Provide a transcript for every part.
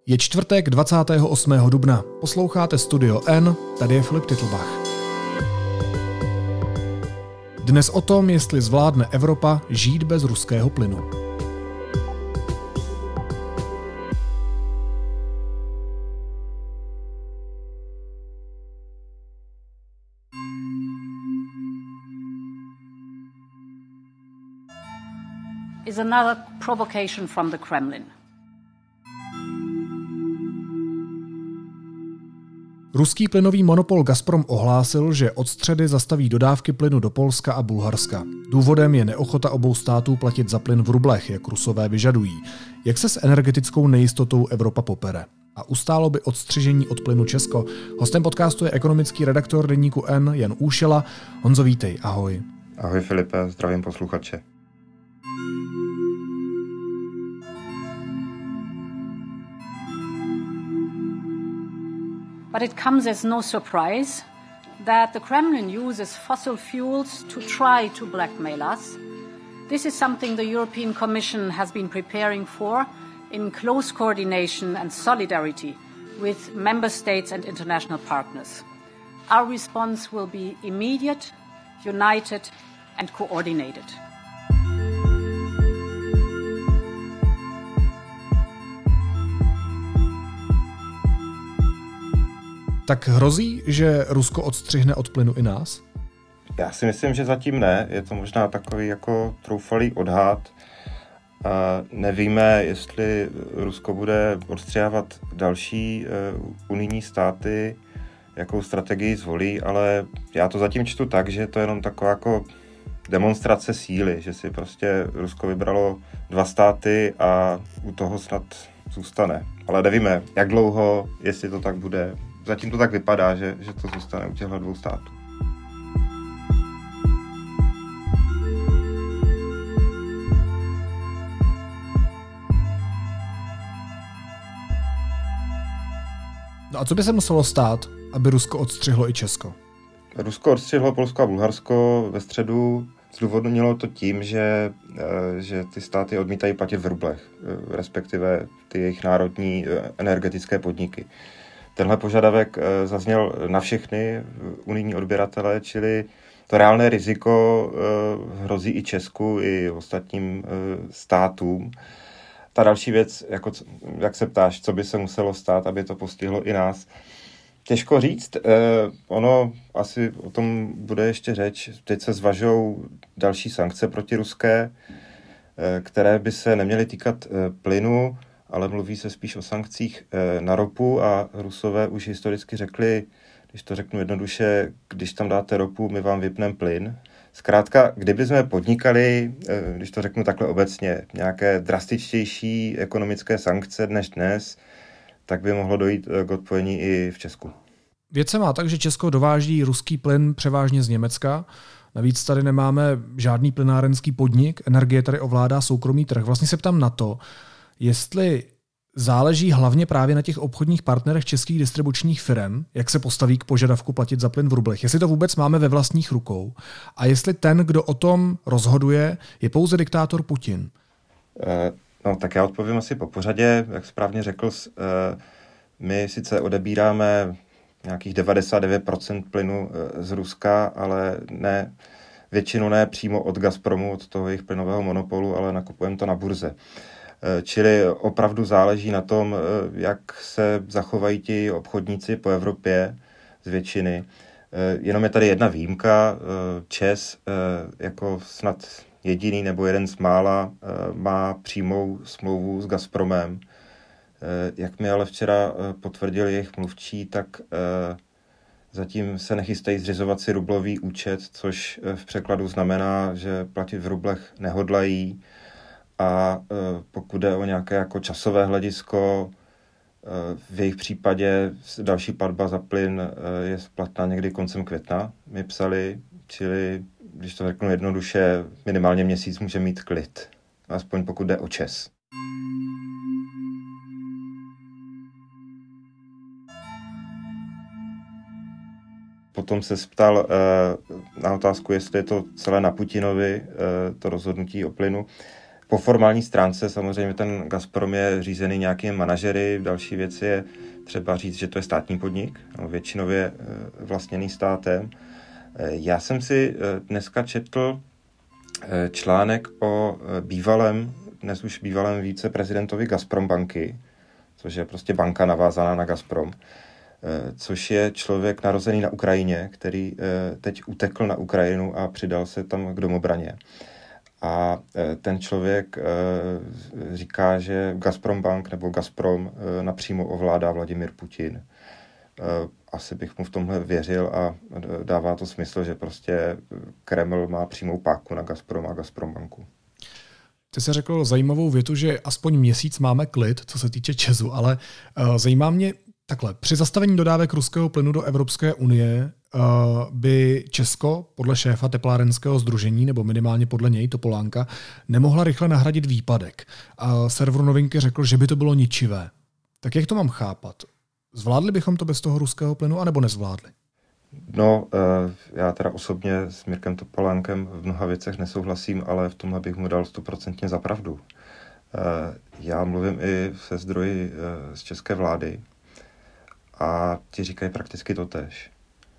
Je čtvrtek 28. dubna. Posloucháte Studio N, tady je Filip Titlbach. Dnes o tom, jestli zvládne Evropa žít bez ruského plynu. Is another provocation from the Kremlin. Ruský plynový monopol Gazprom ohlásil, že od středy zastaví dodávky plynu do Polska a Bulharska. Důvodem je neochota obou států platit za plyn v rublech, jak Rusové vyžadují. Jak se s energetickou nejistotou Evropa popere? A ustálo by odstřižení od plynu Česko? Hostem podcastu je ekonomický redaktor deníku N Jan Úšela. Honzo, vítej, ahoj. Ahoj Filipe, zdravím posluchače. But it comes as no surprise that the Kremlin uses fossil fuels to try to blackmail us. This is something the European Commission has been preparing for in close coordination and solidarity with member states and international partners. Our response will be immediate, united and coordinated. Tak hrozí, že Rusko odstřihne od plynu i nás? Já si myslím, že zatím ne. Je to možná takový jako troufalý odhad. Nevíme, jestli Rusko bude odstřihávat další unijní státy, jakou strategii zvolí, ale já to zatím čtu tak, že to je jenom taková jako demonstrace síly, že si prostě Rusko vybralo 2 státy a u toho snad zůstane. Ale nevíme, jak dlouho, jestli to tak bude. Zatím to tak vypadá, že to zůstane u těchto 2 států. No a co by se muselo stát, aby Rusko odstřihlo i Česko? Rusko odstřihlo Polsko a Bulharsko ve středu. Zdůvodnilo to tím, že ty státy odmítají platit v rublech, respektive ty jejich národní energetické podniky. Tenhle požadavek zazněl na všechny unijní odběratele, čili to reálné riziko hrozí i Česku, i ostatním státům. Ta další věc, jak se ptáš, co by se muselo stát, aby to postihlo i nás. Těžko říct, ono asi o tom bude ještě řeč. Teď se zvažují další sankce protiruské, které by se neměly týkat plynu, ale mluví se spíš o sankcích na ropu a Rusové už historicky řekli, když to řeknu jednoduše, když tam dáte ropu, my vám vypneme plyn. Zkrátka, kdyby jsme podnikali, když to řeknu takhle obecně, nějaké drastičtější ekonomické sankce než dnes, tak by mohlo dojít k odpojení i v Česku. Věc se má tak, že Česko dováží ruský plyn převážně z Německa. Navíc tady nemáme žádný plynárenský podnik, energie tady ovládá soukromý trh. Vlastně se ptám na to, jestli záleží hlavně právě na těch obchodních partnerech českých distribučních firem, jak se postaví k požadavku platit za plyn v rublech, jestli to vůbec máme ve vlastních rukou a jestli ten, kdo o tom rozhoduje, je pouze diktátor Putin. No, tak já odpovím asi po pořadě, jak správně řekl, my sice odebíráme nějakých 99% plynu z Ruska, ale ne, většinu ne přímo od Gazpromu, od toho jejich plynového monopolu, ale nakupujeme to na burze. Čili opravdu záleží na tom, jak se zachovají ti obchodníci po Evropě z většiny. Jenom je tady jedna výjimka. ČEZ jako snad jediný nebo jeden z mála má přímou smlouvu s Gazpromem. Jak mi ale včera potvrdil jejich mluvčí, tak zatím se nechystají zřizovat si rublový účet, což v překladu znamená, že platit v rublech nehodlají. A pokud jde o nějaké jako časové hledisko, v jejich případě další platba za plyn je splatná někdy koncem května, mi psali, čili, když to řeknu jednoduše, minimálně měsíc může mít klid, aspoň pokud jde o ČEZ. Potom se ptal na otázku, jestli je to celé na Putinovi, to rozhodnutí o plynu. po formální stránce samozřejmě ten Gazprom je řízený nějakými manažery. Další věc je třeba říct, že to je státní podnik, většinově vlastněný státem. Já jsem si dneska četl článek o dnes už bývalém viceprezidentovi Gazprombanky, což je prostě banka navázaná na Gazprom, což je člověk narozený na Ukrajině, který teď utekl na Ukrajinu a přidal se tam k domobraně. A ten člověk říká, že Gazprombank nebo Gazprom napřímo ovládá Vladimír Putin. Asi bych mu v tomhle věřil a dává to smysl, že prostě Kreml má přímou páku na Gazprom a Gazprombanku. Ty jsi řekl zajímavou větu, že aspoň měsíc máme klid, co se týče ČEZu, ale zajímá mě takhle. Při zastavení dodávek ruského plynu do Evropské unie by Česko, podle šéfa teplárenského sdružení, nebo minimálně podle něj, Topolánka, nemohla rychle nahradit výpadek. A server Novinky řekl, že by to bylo ničivé. Tak jak to mám chápat? Zvládli bychom to bez toho ruského plynu, anebo nezvládli? No, já teda osobně s Mirkem Topolánkem v mnoha věcech nesouhlasím, ale v tomhle bych mu dal 100% za pravdu. Já mluvím i se zdroji z české vlády a ti říkají prakticky totéž.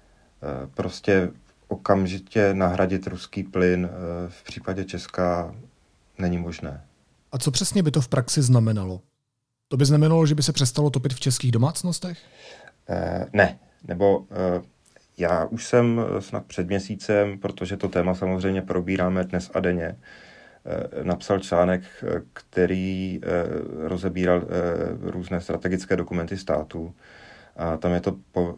Prostě okamžitě nahradit ruský plyn v případě Česka není možné. A co přesně by to v praxi znamenalo? To by znamenalo, že by se přestalo topit v českých domácnostech? Ne, nebo já už jsem snad před měsícem, protože to téma samozřejmě probíráme dnes a denně, napsal článek, který rozebíral různé strategické dokumenty státu. A tam je to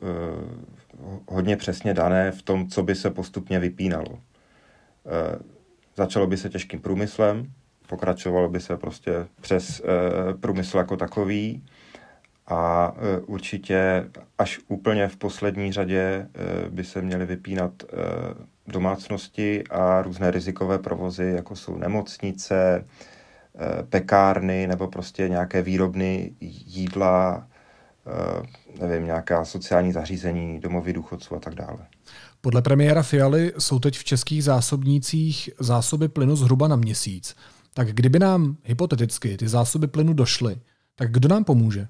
hodně přesně dané v tom, co by se postupně vypínalo. Začalo by se těžkým průmyslem, pokračovalo by se prostě přes průmysl jako takový a určitě až úplně v poslední řadě by se měly vypínat domácnosti a různé rizikové provozy, jako jsou nemocnice, pekárny nebo prostě nějaké výrobny jídla, nevím, nějaká sociální zařízení, domovy důchodců a tak dále. Podle premiéra Fialy jsou teď v českých zásobnících zásoby plynu zhruba na měsíc. Tak kdyby nám hypoteticky ty zásoby plynu došly, tak kdo nám pomůže?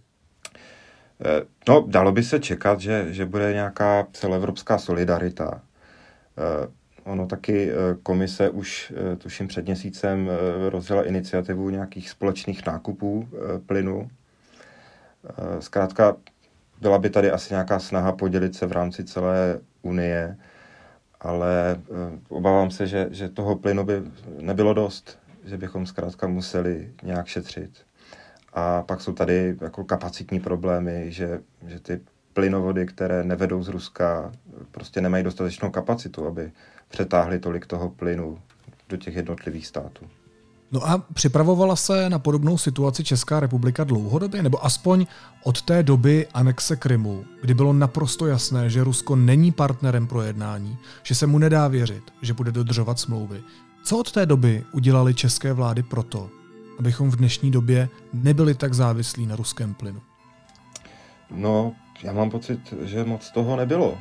No, dalo by se čekat, že bude nějaká celoevropská solidarita. Ono taky komise už, tuším před měsícem, rozjela iniciativu nějakých společných nákupů plynu. Zkrátka, byla by tady asi nějaká snaha podělit se v rámci celé Unie, ale obávám se, že toho plynu by nebylo dost, že bychom zkrátka museli nějak šetřit. A pak jsou tady jako kapacitní problémy, že ty plynovody, které nevedou z Ruska, prostě nemají dostatečnou kapacitu, aby přetáhli tolik toho plynu do těch jednotlivých států. No a připravovala se na podobnou situaci Česká republika dlouhodobě, nebo aspoň od té doby anexe Krymu, kdy bylo naprosto jasné, že Rusko není partnerem pro jednání, že se mu nedá věřit, že bude dodržovat smlouvy. Co od té doby udělali české vlády proto, abychom v dnešní době nebyli tak závislí na ruském plynu? No, já mám pocit, že moc toho nebylo.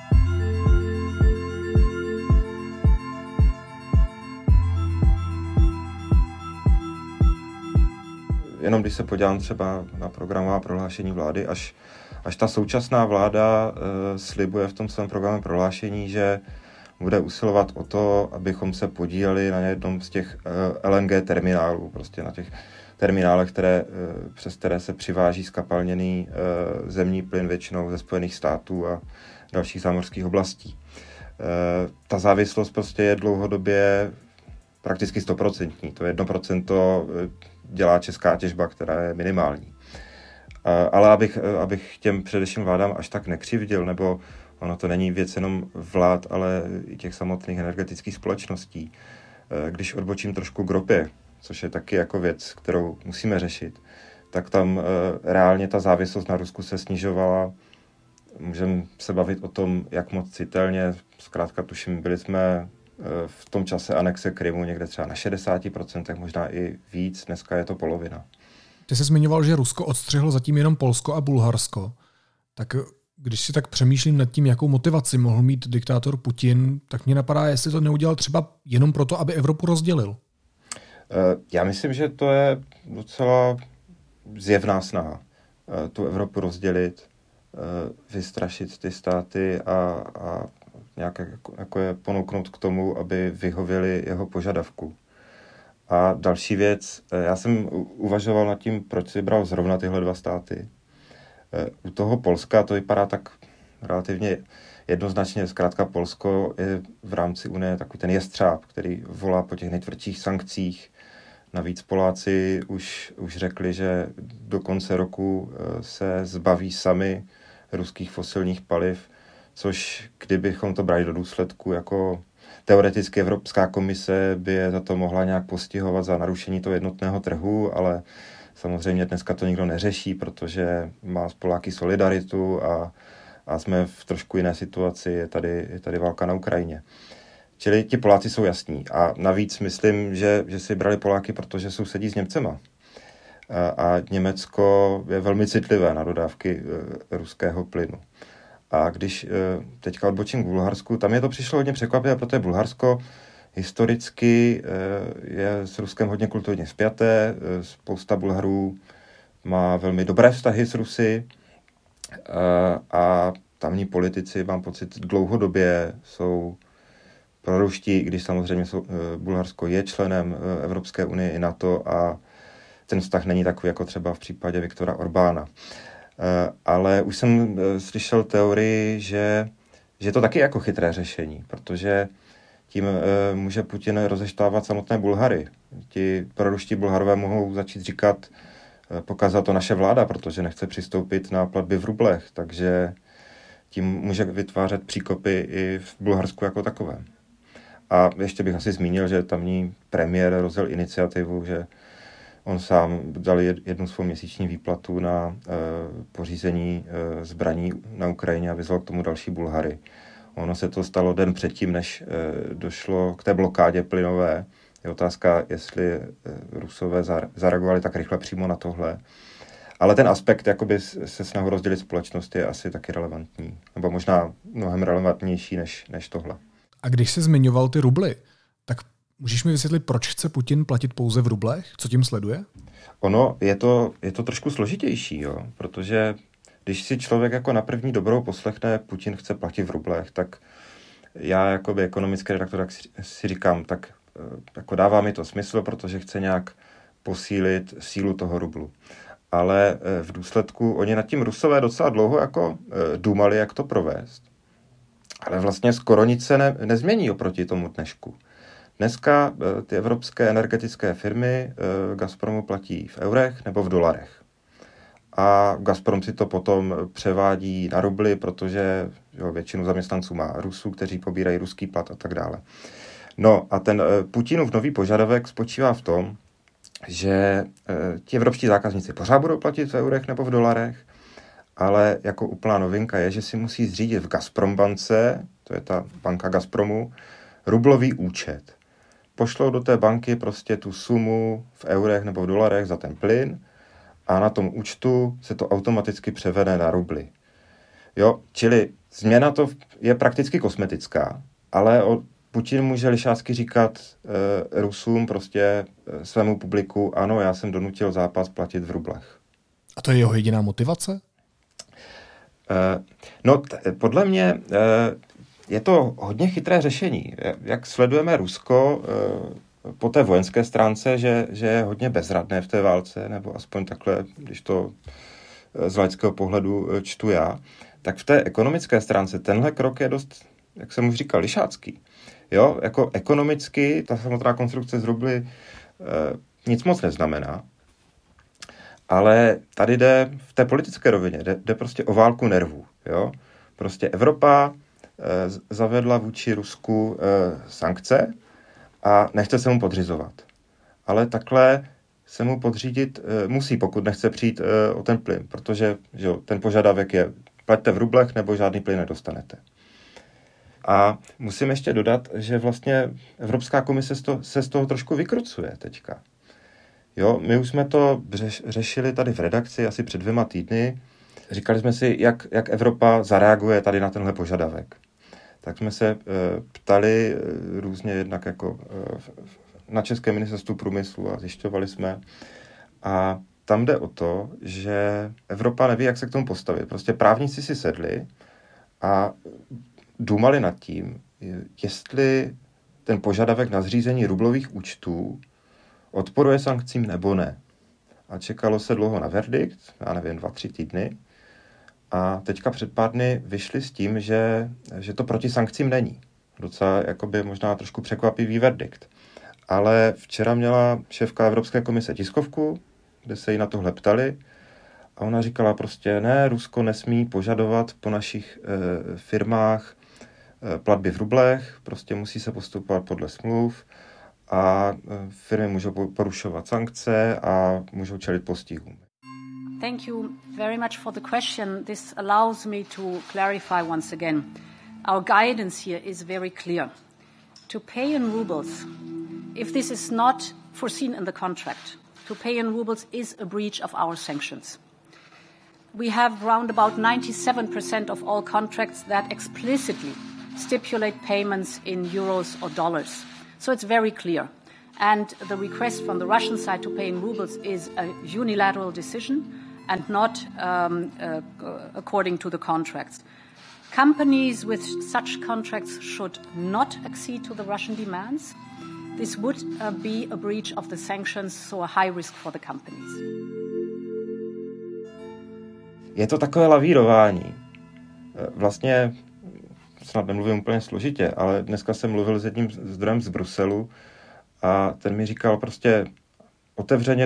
Jenom když se podívám třeba na programová prohlášení vlády, až ta současná vláda slibuje v tom svém programovém prohlášení, že bude usilovat o to, abychom se podíleli na jednom z těch LNG terminálů, prostě na těch terminálech, přes které se přiváží skapalněný zemní plyn většinou ze Spojených států a dalších zámořských oblastí. Ta závislost prostě je dlouhodobě prakticky 100%. To 1% dělá česká těžba, která je minimální. Ale abych těm především vládám až tak nekřivdil, nebo ono to není věc jenom vlád, ale i těch samotných energetických společností. Když odbočím trošku k ropě, což je taky jako věc, kterou musíme řešit, tak tam reálně ta závislost na Rusku se snižovala. Můžeme se bavit o tom, jak moc citelně. Zkrátka tuším, byli jsme v tom čase anexe Krymu někde třeba na 60%, možná i víc, dneska je to polovina. Ty jsi zmiňoval, že Rusko odstřihlo zatím jenom Polsko a Bulharsko. Tak když si tak přemýšlím nad tím, jakou motivaci mohl mít diktátor Putin, tak mě napadá, jestli to neudělal třeba jenom proto, aby Evropu rozdělil. Já myslím, že to je docela zjevná snaha tu Evropu rozdělit, vystrašit ty státy a nějak jako je ponouknout k tomu, aby vyhověli jeho požadavku. A další věc, já jsem uvažoval nad tím, proč si bral zrovna tyhle dva státy. U toho Polska to vypadá tak relativně jednoznačně, zkrátka Polsko je v rámci Unie takový ten jestřáb, který volá po těch nejtvrdších sankcích. Navíc Poláci už řekli, že do konce roku se zbaví sami ruských fosilních paliv, což kdybychom to brali do důsledku, jako teoreticky Evropská komise by je za to mohla nějak postihovat za narušení toho jednotného trhu, ale samozřejmě dneska to nikdo neřeší, protože má s Poláky solidaritu a jsme v trošku jiné situaci, je tady válka na Ukrajině. Čili ti Poláci jsou jasní. A navíc myslím, že si brali Poláky, protože sousedí s Němcema. A Německo je velmi citlivé na dodávky ruského plynu. A když teďka odbočím k Bulharsku, tam je to přišlo hodně překvapivé, protože Bulharsko historicky je s Ruskem hodně kulturně spjaté. Spousta Bulharů má velmi dobré vztahy s Rusy a tamní politici, mám pocit, dlouhodobě jsou proruští, když samozřejmě Bulharsko je členem Evropské unie i NATO a ten vztah není takový jako třeba v případě Viktora Orbána. Ale už jsem slyšel teorii, že je to taky jako chytré řešení, protože tím může Putin rozeštávat samotné Bulhary. Ti proruští Bulharové mohou začít říkat, pokazat to naše vláda, protože nechce přistoupit na platby v rublech, takže tím může vytvářet příkopy i v Bulharsku jako takovém. A ještě bych asi zmínil, že tamní premiér rozjel iniciativu, že on sám dal jednu svou měsíční výplatu na pořízení zbraní na Ukrajině a vyzval k tomu další Bulhary. Ono se to stalo den předtím, než došlo k té blokádě plynové. Je otázka, jestli Rusové zareagovali tak rychle přímo na tohle. Ale ten aspekt jakoby se snahu rozdělit společnost je asi taky relevantní. Nebo možná mnohem relevantnější než tohle. A když jsi zmiňoval ty rubly, tak můžeš mi vysvětlit, proč chce Putin platit pouze v rublech? Co tím sleduje? Ono je to trošku složitější, jo? Protože když si člověk jako na první dobrou poslechne, Putin chce platit v rublech, tak já jako ekonomický redaktor tak si říkám, tak jako dává mi to smysl, protože chce nějak posílit sílu toho rublu. Ale v důsledku oni nad tím Rusové docela dlouho jako důmali, jak to provést. Ale vlastně skoro nic se nezmění oproti tomu dnešku. Dneska ty evropské energetické firmy Gazpromu platí v eurech nebo v dolarech. A Gazprom si to potom převádí na rubly, protože většinu zaměstnanců má Rusů, kteří pobírají ruský plat a tak dále. No a ten Putinův nový požadavek spočívá v tom, že ti evropští zákazníci pořád budou platit v eurech nebo v dolarech, ale jako úplná novinka je, že si musí zřídit v Gazprombance, to je ta banka Gazpromu, rublový účet. Pošlou do té banky prostě tu sumu v eurech nebo v dolarech za ten plyn a na tom účtu se to automaticky převede na rubly. Jo, čili změna to je prakticky kosmetická, ale Putin může lišácky říkat Rusům, prostě svému publiku, ano, já jsem donutil Západ platit v rublech. A to je jeho jediná motivace? Podle mě je to hodně chytré řešení. Jak sledujeme Rusko po té vojenské stránce, že je hodně bezradné v té válce, nebo aspoň takhle, když to z laického pohledu čtu já, tak v té ekonomické stránce tenhle krok je dost, jak jsem už říkal, lišácký. Jo, jako ekonomicky ta samotná konstrukce z rubly nic moc neznamená, ale tady jde v té politické rovině, jde prostě o válku nervů. Jo? Prostě Evropa zavedla vůči Rusku sankce a nechce se mu podřizovat. Ale takhle se mu podřídit musí, pokud nechce přijít o ten plyn, protože ten požadavek je plaťte v rublech nebo žádný plyn nedostanete. A musím ještě dodat, že vlastně Evropská komise se z toho trošku vykrucuje teďka. Jo, my už jsme to řešili tady v redakci asi před 2 týdny. Říkali jsme si, jak Evropa zareaguje tady na tenhle požadavek. Tak jsme se ptali různě jednak jako na Českém ministerstvu průmyslu a zjišťovali jsme. A tam jde o to, že Evropa neví, jak se k tomu postavit. Prostě právníci si sedli a důmali nad tím, jestli ten požadavek na zřízení rublových účtů odporuje sankcím nebo ne. A čekalo se dlouho na verdikt, já nevím, 2-3 týdny. A teďka před pár dny vyšli s tím, že to proti sankcím není. Docela jakoby možná trošku překvapivý verdikt. Ale včera měla šéfka Evropské komise tiskovku, kde se jí na tohle ptali a ona říkala prostě, ne, Rusko nesmí požadovat po našich firmách platby v rublech, prostě musí se postupovat podle smluv a firmy můžou porušovat sankce a můžou čelit postihům. Thank you very much for the question. This allows me to clarify once again. Our guidance here is very clear. To pay in rubles, if this is not foreseen in the contract, to pay in rubles is a breach of our sanctions. We have round about 97% of all contracts that explicitly stipulate payments in euros or dollars. So it's very clear. And the request from the Russian side to pay in rubles is a unilateral decision and not according to the contracts. Companies with such contracts should not accede to the Russian demands. This would be a breach of the sanctions, so a high risk for the companies. Je to takové lavírování. Vlastně snad nemluvím úplně složitě, ale dneska jsem mluvil s jedním zdrojem z Bruselu a ten mi říkal prostě otevřeně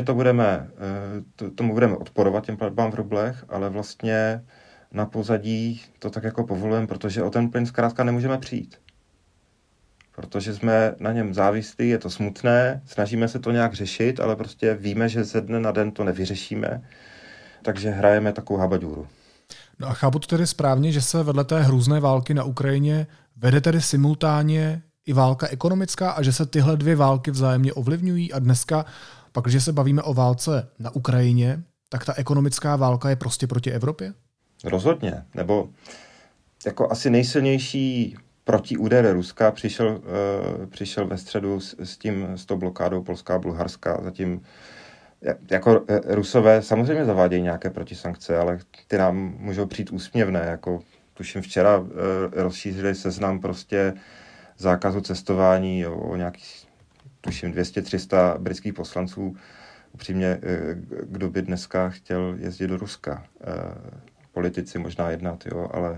tomu budeme odporovat těm platbám v rublech, ale vlastně na pozadí to tak jako povolujeme, protože o ten plyn zkrátka nemůžeme přijít. Protože jsme na něm závislí, je to smutné, snažíme se to nějak řešit, ale prostě víme, že ze dne na den to nevyřešíme, takže hrajeme takovou habaďůru. No a chápu to tedy správně, že se vedle té hrůzné války na Ukrajině vede tedy simultánně i válka ekonomická a že se tyhle dvě války vzájemně ovlivňují a dneska, pak když se bavíme o válce na Ukrajině, tak ta ekonomická válka je prostě proti Evropě? Rozhodně, nebo jako asi nejsilnější protiúder Ruska přišel ve středu s tou blokádou Polska a Bulharska. Zatím jako Rusové samozřejmě zavádějí nějaké protisankce, ale ty nám můžou přijít úsměvné. Jako tuším včera rozšířili seznam prostě zákazu cestování o nějakých, tuším 200-300 britských poslanců. Upřímně, kdo by dneska chtěl jezdit do Ruska? Politici možná jednat, jo, ale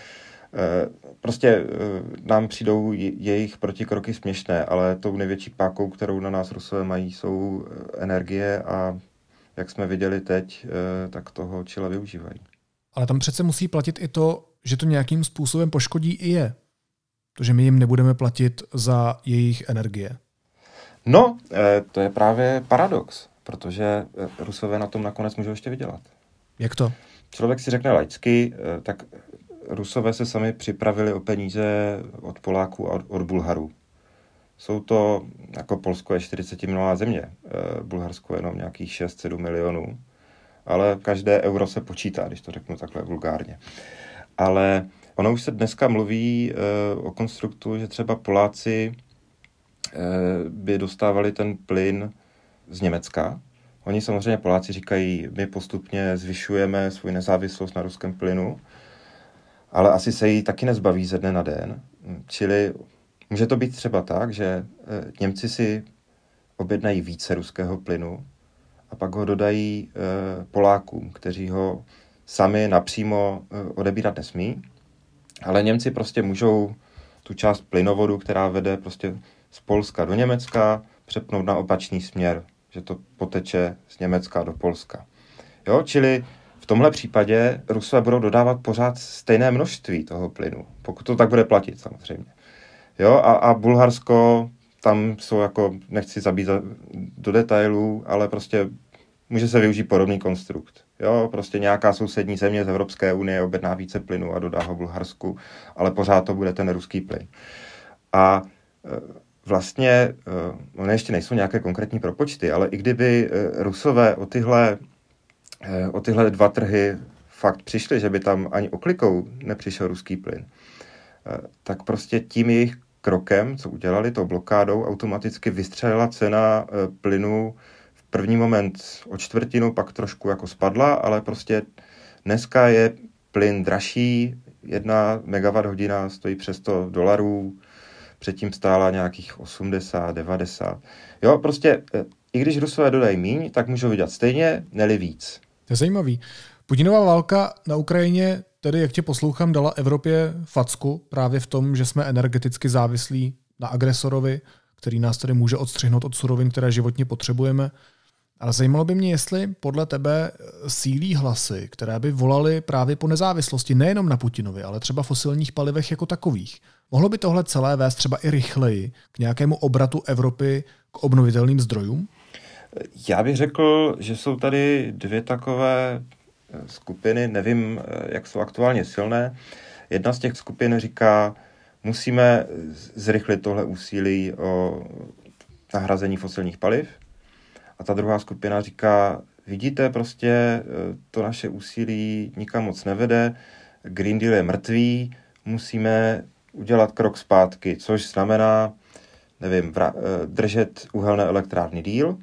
prostě nám přijdou jejich protikroky směšné, ale tou největší pákou, kterou na nás Rusové mají, jsou energie a jak jsme viděli teď, tak toho čila využívají. Ale tam přece musí platit i to, že to nějakým způsobem poškodí i je. To, že my jim nebudeme platit za jejich energie. No, to je právě paradox, protože Rusové na tom nakonec můžou ještě vydělat. Jak to? Člověk si řekne laicky, tak Rusové se sami připravili o peníze od Poláků a od Bulharů. Jsou to, jako Polsko je 40 milionová země, Bulharsko je jenom nějakých 6-7 milionů, ale každé euro se počítá, když to řeknu takhle vulgárně. Ale ono už se dneska mluví o konstruktu, že třeba Poláci by dostávali ten plyn z Německa. Oni samozřejmě Poláci říkají, my postupně zvyšujeme svou nezávislost na ruském plynu, ale asi se jí taky nezbaví ze dne na den. Čili může to být třeba tak, že Němci si objednají více ruského plynu a pak ho dodají Polákům, kteří ho sami napřímo odebírat nesmí, ale Němci prostě můžou tu část plynovodu, která vede prostě z Polska do Německa, přepnout na opačný směr, že to poteče z Německa do Polska. Jo, čili v tomhle případě Rusové budou dodávat pořád stejné množství toho plynu, pokud to tak bude platit samozřejmě. Jo, a Bulharsko, tam jsou jako, nechci zabízat do detailů, ale prostě může se využít podobný konstrukt. Jo, prostě nějaká sousední země z Evropské unie objedná více plynu a dodá ho Bulharsku, ale pořád to bude ten ruský plyn. A vlastně, ono ještě nejsou nějaké konkrétní propočty, ale i kdyby Rusové o tyhle dva trhy fakt přišli, že by tam ani oklikou nepřišel ruský plyn, tak prostě tím jejich krokem, co udělali tou blokádou, automaticky vystřelila cena plynu v první moment o čtvrtinu, pak trošku jako spadla, ale prostě dneska je plyn dražší, 1 MWh stojí přes $100, předtím stála nějakých 80, 90. Jo, prostě i když Rusové dodají míň, tak můžou vydělat stejně, ne-li víc. To je zajímavý. Putinová válka na Ukrajině, tedy jak tě poslouchám, dala Evropě facku právě v tom, že jsme energeticky závislí na agresorovi, který nás tedy může odstřihnout od surovin, které životně potřebujeme. Ale zajímalo by mě, jestli podle tebe sílí hlasy, které by volaly právě po nezávislosti nejenom na Putinovi, ale třeba fosilních palivech jako takových. Mohlo by tohle celé vést třeba i rychleji k nějakému obratu Evropy k obnovitelným zdrojům? Já bych řekl, že jsou tady 2 takové skupiny, nevím, jak jsou aktuálně silné. Jedna z těch skupin říká, musíme zrychlit tohle úsilí o nahrazení fosilních paliv. A ta druhá skupina říká, vidíte, prostě to naše úsilí nikam moc nevede, Green Deal je mrtvý, musíme udělat krok zpátky, což znamená, nevím, držet uhelné elektrárny díl,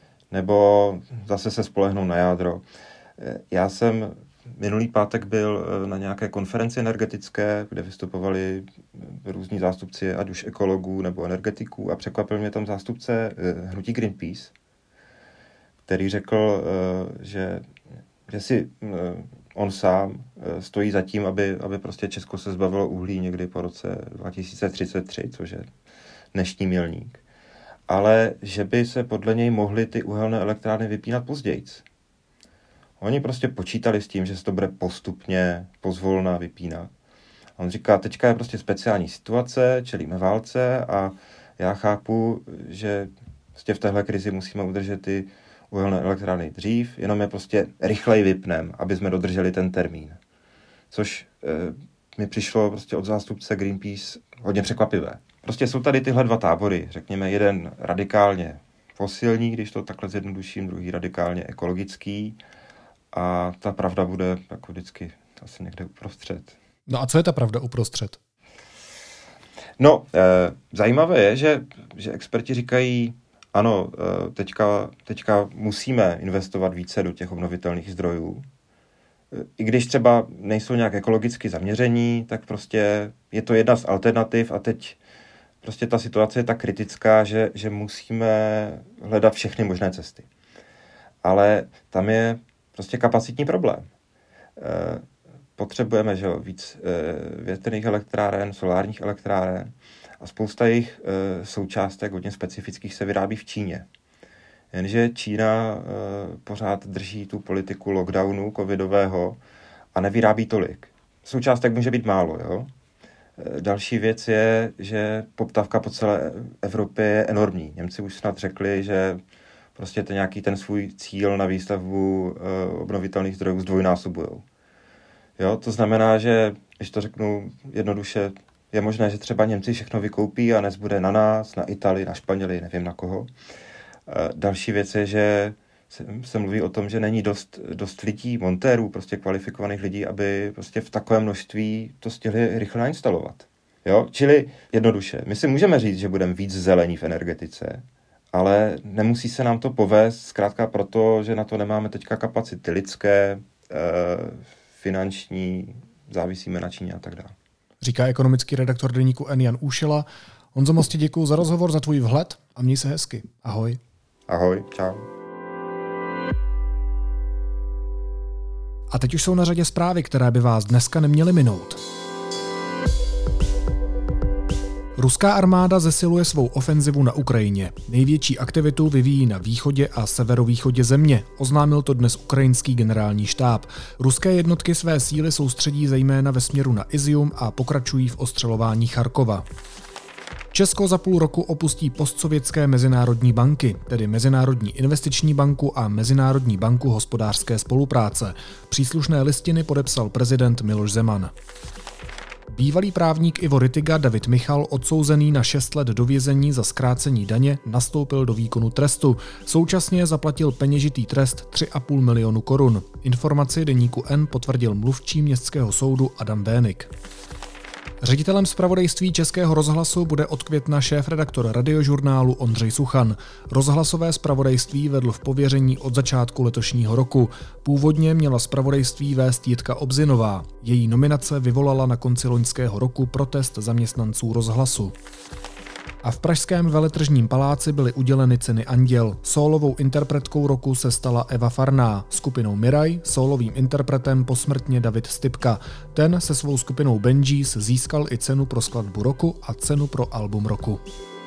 nebo zase se spolehnout na jádro. Já jsem minulý pátek byl na nějaké konferenci energetické, kde vystupovali různí zástupci, ať už ekologů nebo energetiků, a překvapil mě tam zástupce hnutí Greenpeace, který řekl, že si on sám stojí za tím, aby prostě Česko se zbavilo uhlí někdy po roce 2033, což je dnešní milník. Ale že by se podle něj mohly ty uhelné elektrárny vypínat pozdějc. Oni prostě počítali s tím, že se to bude postupně, pozvolna vypínat. A on říká, teďka je prostě speciální situace, čelíme válce a já chápu, že prostě v téhle krizi musíme udržet ty uhelné elektrárny dřív, jenom je prostě rychleji vypnem, aby jsme dodrželi ten termín. Což mi přišlo prostě od zástupce Greenpeace hodně překvapivé. Prostě jsou tady tyhle 2 tábory, řekněme, jeden radikálně fosilní, když to takhle zjednoduším, druhý radikálně ekologický, a ta pravda bude jako vždycky asi někde uprostřed. No a co je ta pravda uprostřed? No, zajímavé je, že experti říkají, ano, teďka musíme investovat více do těch obnovitelných zdrojů. I když třeba nejsou nějak ekologicky zaměření, tak prostě je to jedna z alternativ a teď prostě ta situace je tak kritická, že musíme hledat všechny možné cesty. Ale tam je prostě kapacitní problém. Potřebujeme víc větrných elektráren, solárních elektráren a spousta jejich součástek hodně specifických se vyrábí v Číně. Jenže Čína pořád drží tu politiku lockdownu covidového a nevyrábí tolik. Součástek může být málo, jo? Další věc je, že poptávka po celé Evropě je enormní. Němci už snad řekli, že prostě nějaký ten svůj cíl na výstavbu obnovitelných zdrojů zdvojnásobujou. Jo, to znamená, že, když to řeknu jednoduše, je možné, že třeba Němci všechno vykoupí a nezbude na nás, na Itálii, na Španělii, nevím na koho. Další věc je, že se mluví o tom, že není dost lidí, montérů, prostě kvalifikovaných lidí, aby prostě v takovém množství to stihli rychle nainstalovat. Jo? Čili jednoduše, my si můžeme říct, že budeme víc zelení v energetice, ale nemusí se nám to povést zkrátka proto, že na to nemáme teďka kapacity lidské, finanční, závisíme na Číně a tak dále. Říká ekonomický redaktor deníku N. Jan Úšila. Honzo, moc ti děkuju za rozhovor, za tvůj vhled a měj se hezky. Ahoj. Ahoj, čau. A teď už jsou na řadě zprávy, které by vás dneska neměly minout. Ruská armáda zesiluje svou ofenzivu na Ukrajině. Největší aktivitu vyvíjí na východě a severovýchodě země, oznámil to dnes ukrajinský generální štáb. Ruské jednotky své síly soustředí zejména ve směru na Izium a pokračují v ostřelování Charkova. Česko za půl roku opustí postsovětské mezinárodní banky, tedy Mezinárodní investiční banku a Mezinárodní banku hospodářské spolupráce. Příslušné listiny podepsal prezident Miloš Zeman. Bývalý právník Ivo Rittiga David Michal, odsouzený na 6 let do vězení za zkrácení daně, nastoupil do výkonu trestu. Současně zaplatil peněžitý trest 3,5 milionu korun. Informaci deníku N potvrdil mluvčí městského soudu Adam Vénik. Ředitelem zpravodajství Českého rozhlasu bude od května šéfredaktor Radiožurnálu Ondřej Suchan. Rozhlasové zpravodajství vedl v pověření od začátku letošního roku. Původně měla zpravodajství vést Jitka Obzinová. Její nominace vyvolala na konci loňského roku protest zaměstnanců rozhlasu. A v pražském Veletržním paláci byly uděleny ceny Anděl. Sólovou interpretkou roku se stala Eva Farná, skupinou Miraj, sólovým interpretem posmrtně David Stypka. Ten se svou skupinou Benjis získal i cenu pro skladbu roku a cenu pro album roku.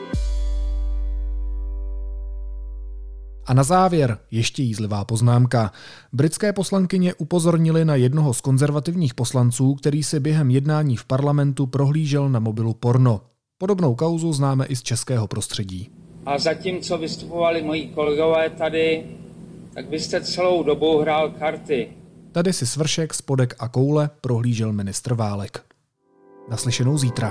A na závěr ještě jízlivá poznámka. Britské poslankyně upozornily na jednoho z konzervativních poslanců, který si během jednání v parlamentu prohlížel na mobilu porno. Podobnou kauzu známe i z českého prostředí. A zatímco vystupovali moji kolegové tady, tak vy jste celou dobu hrál karty. Tady si svršek, spodek a koule prohlížel ministr Válek. Naslyšenou zítra.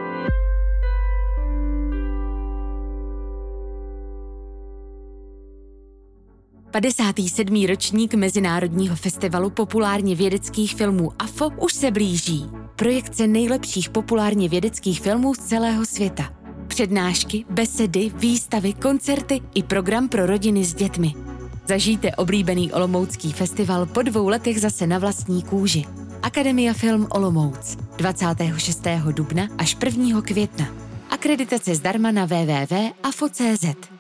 Padesátý ročník Mezinárodního festivalu populárně vědeckých filmů AFO už se blíží. Projekce nejlepších populárně vědeckých filmů z celého světa. Přednášky, besedy, výstavy, koncerty i program pro rodiny s dětmi. Zažijte oblíbený olomoucký festival po 2 letech zase na vlastní kůži. Akademia Film Olomouc. 26. dubna až 1. května. Akreditace zdarma na www.afo.cz.